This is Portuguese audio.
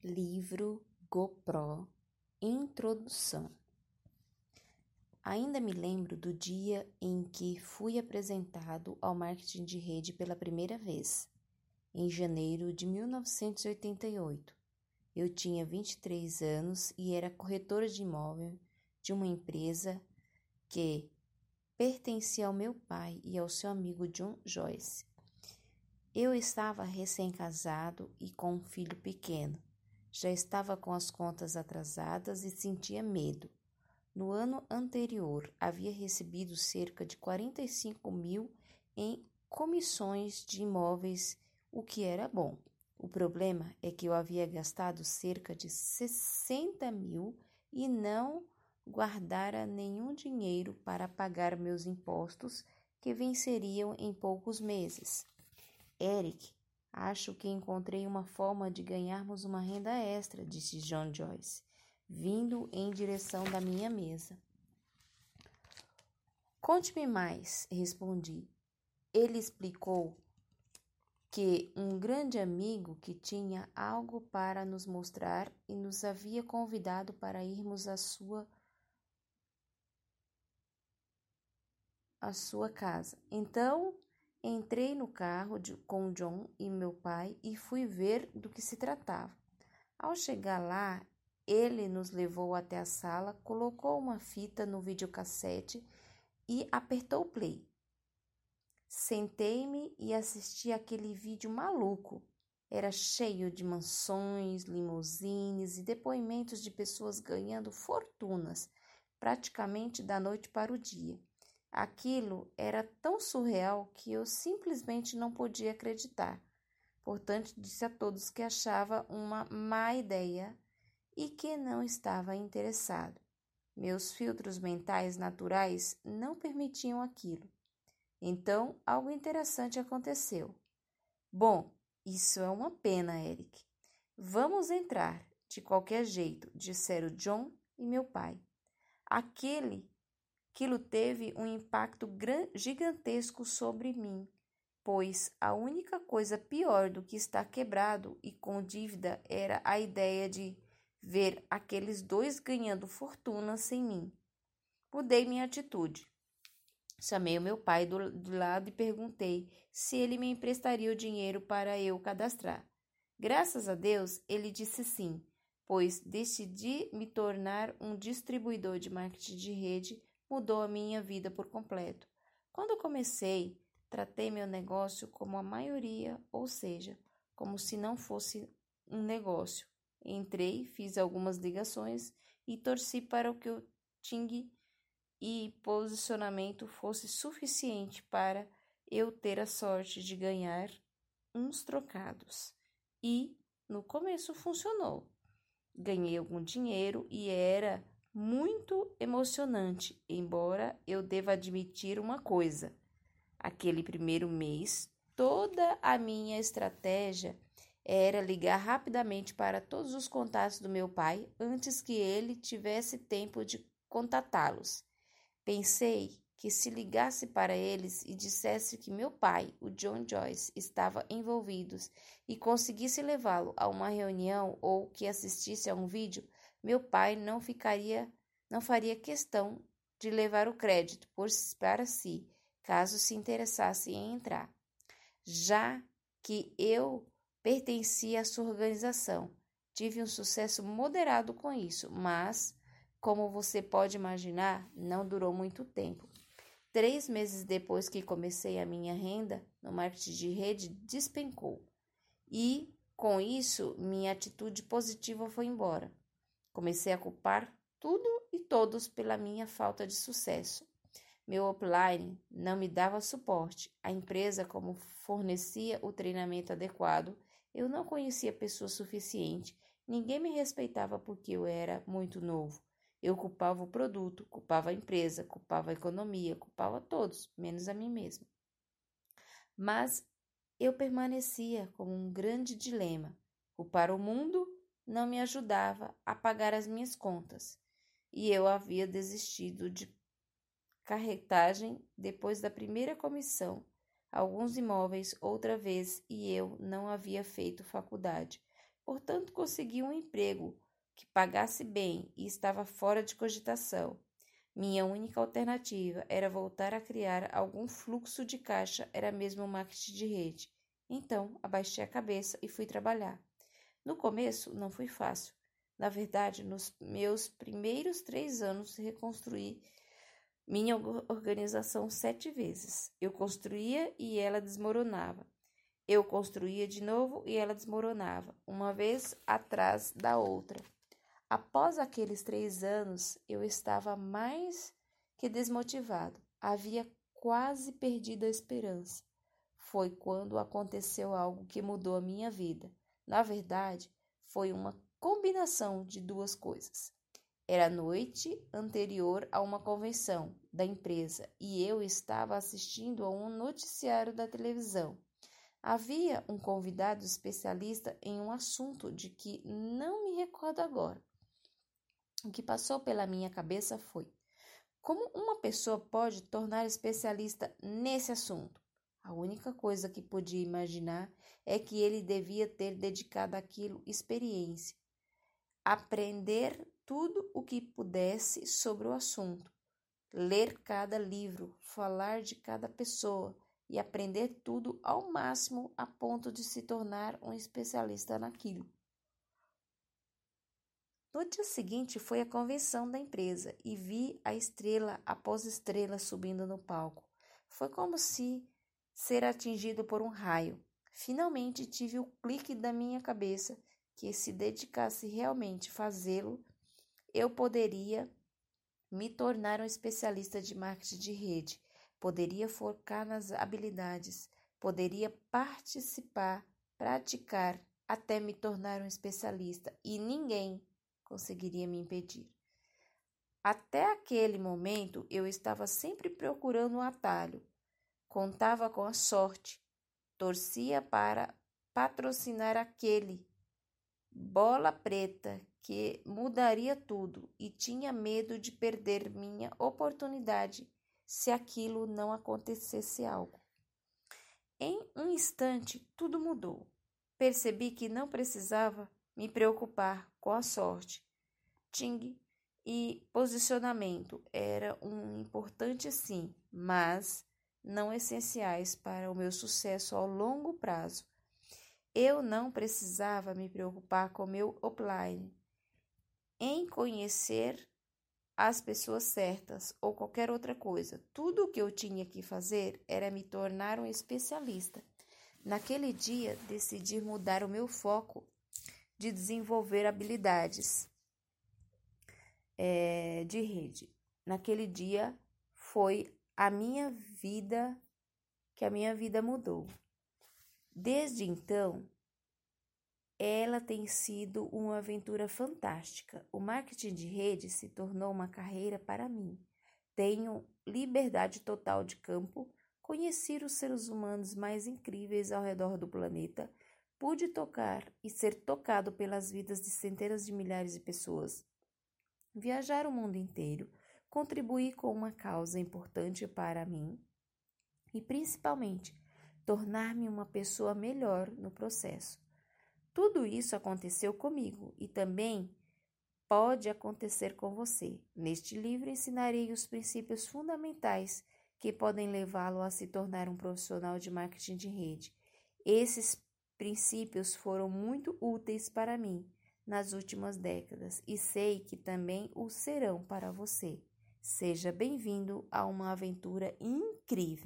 Livro GoPro Introdução. Ainda me lembro do dia em que fui apresentado ao marketing de rede pela primeira vez, em janeiro de 1988. Eu tinha 23 anos e era corretora de imóvel de uma empresa que pertencia ao meu pai e ao seu amigo John Joyce. Eu estava recém-casado e com um filho pequeno. Já estava com as contas atrasadas e sentia medo. No ano anterior, havia recebido cerca de 45 mil em comissões de imóveis, o que era bom. O problema é que eu havia gastado cerca de 60 mil e não guardara nenhum dinheiro para pagar meus impostos, que venceriam em poucos meses. Eric, acho que encontrei uma forma de ganharmos uma renda extra, disse John Joyce, vindo em direção da minha mesa. Conte-me mais, respondi. Ele explicou que um grande amigo que tinha algo para nos mostrar e nos havia convidado para irmos à sua casa. Então, entrei no carro com John e meu pai e fui ver do que se tratava. Ao chegar lá, ele nos levou até a sala, colocou uma fita no videocassete e apertou play. Sentei-me e assisti aquele vídeo maluco. Era cheio de mansões, limusines e depoimentos de pessoas ganhando fortunas, praticamente da noite para o dia. Aquilo era tão surreal que eu simplesmente não podia acreditar. Portanto, disse a todos que achava uma má ideia e que não estava interessado. Meus filtros mentais naturais não permitiam aquilo. Então, algo interessante aconteceu. Bom, isso é uma pena, Eric. Vamos entrar, de qualquer jeito, disseram John e meu pai. Aquilo teve um impacto gigantesco sobre mim, pois a única coisa pior do que estar quebrado e com dívida era a ideia de ver aqueles dois ganhando fortuna sem mim. Mudei minha atitude. Chamei o meu pai do lado e perguntei se ele me emprestaria o dinheiro para eu cadastrar. Graças a Deus, ele disse sim, pois decidi me tornar um distribuidor de marketing de rede. Mudou a minha vida por completo. Quando comecei, tratei meu negócio como a maioria, ou seja, como se não fosse um negócio. Entrei, fiz algumas ligações e torci para que o ting e posicionamento fosse suficiente para eu ter a sorte de ganhar uns trocados. E, no começo, funcionou. Ganhei algum dinheiro e era muito emocionante, embora eu deva admitir uma coisa. Aquele primeiro mês, toda a minha estratégia era ligar rapidamente para todos os contatos do meu pai antes que ele tivesse tempo de contatá-los. Pensei que se ligasse para eles e dissesse que meu pai, o John Joyce, estava envolvido e conseguisse levá-lo a uma reunião ou que assistisse a um vídeo, meu pai não faria questão de levar o crédito para si, caso se interessasse em entrar, já que eu pertencia à sua organização. Tive um sucesso moderado com isso, mas, como você pode imaginar, não durou muito tempo. 3 meses depois que comecei a minha renda no marketing de rede despencou. E, com isso, minha atitude positiva foi embora. Comecei a culpar tudo e todos pela minha falta de sucesso. Meu upline não me dava suporte. A empresa, como fornecia o treinamento adequado, eu não conhecia pessoas suficiente. Ninguém me respeitava porque eu era muito novo. Eu culpava o produto, culpava a empresa, culpava a economia, culpava todos, menos a mim mesma. Mas eu permanecia como um grande dilema. Culpar o mundo não me ajudava a pagar as minhas contas. E eu havia desistido de carretagem depois da primeira comissão, alguns imóveis outra vez, e eu não havia feito faculdade. Portanto, consegui um emprego que pagasse bem e estava fora de cogitação. Minha única alternativa era voltar a criar algum fluxo de caixa, era mesmo o marketing de rede. Então, abaixei a cabeça e fui trabalhar. No começo, não foi fácil. Na verdade, nos meus primeiros 3 anos, reconstruí minha organização 7 vezes. Eu construía e ela desmoronava. Eu construía de novo e ela desmoronava, uma vez atrás da outra. Após aqueles 3 anos, eu estava mais que desmotivado. Havia quase perdido a esperança. Foi quando aconteceu algo que mudou a minha vida. Na verdade, foi uma combinação de 2 coisas. Era a noite anterior a uma convenção da empresa e eu estava assistindo a um noticiário da televisão. Havia um convidado especialista em um assunto de que não me recordo agora. O que passou pela minha cabeça foi: como uma pessoa pode tornar especialista nesse assunto? A única coisa que podia imaginar é que ele devia ter dedicado àquilo experiência, aprender tudo o que pudesse sobre o assunto, ler cada livro, falar de cada pessoa e aprender tudo ao máximo a ponto de se tornar um especialista naquilo. No dia seguinte foi a convenção da empresa e vi a estrela após estrela subindo no palco. Foi como se ser atingido por um raio. Finalmente tive o clique da minha cabeça que, se dedicasse realmente a fazê-lo, eu poderia me tornar um especialista de marketing de rede, poderia focar nas habilidades, poderia participar, praticar, até me tornar um especialista e ninguém conseguiria me impedir. Até aquele momento, eu estava sempre procurando um atalho, contava com a sorte, torcia para patrocinar aquele bola preta que mudaria tudo e tinha medo de perder minha oportunidade se aquilo não acontecesse algo. Em um instante, tudo mudou. Percebi que não precisava me preocupar com a sorte. Ting e posicionamento eram importantes sim, mas não essenciais para o meu sucesso ao longo prazo. Eu não precisava me preocupar com meu offline, em conhecer as pessoas certas ou qualquer outra coisa. Tudo o que eu tinha que fazer era me tornar um especialista. Naquele dia, decidi mudar o meu foco de desenvolver habilidades de rede. Naquele dia foi a minha vida que a minha vida mudou. Desde então, ela tem sido uma aventura fantástica. O marketing de rede se tornou uma carreira para mim. Tenho liberdade total de campo, conheci os seres humanos mais incríveis ao redor do planeta, pude tocar e ser tocado pelas vidas de centenas de milhares de pessoas, viajar o mundo inteiro, contribuir com uma causa importante para mim e, principalmente, tornar-me uma pessoa melhor no processo. Tudo isso aconteceu comigo e também pode acontecer com você. Neste livro ensinarei os princípios fundamentais que podem levá-lo a se tornar um profissional de marketing de rede. Esses princípios foram muito úteis para mim nas últimas décadas e sei que também o serão para você. Seja bem-vindo a uma aventura incrível.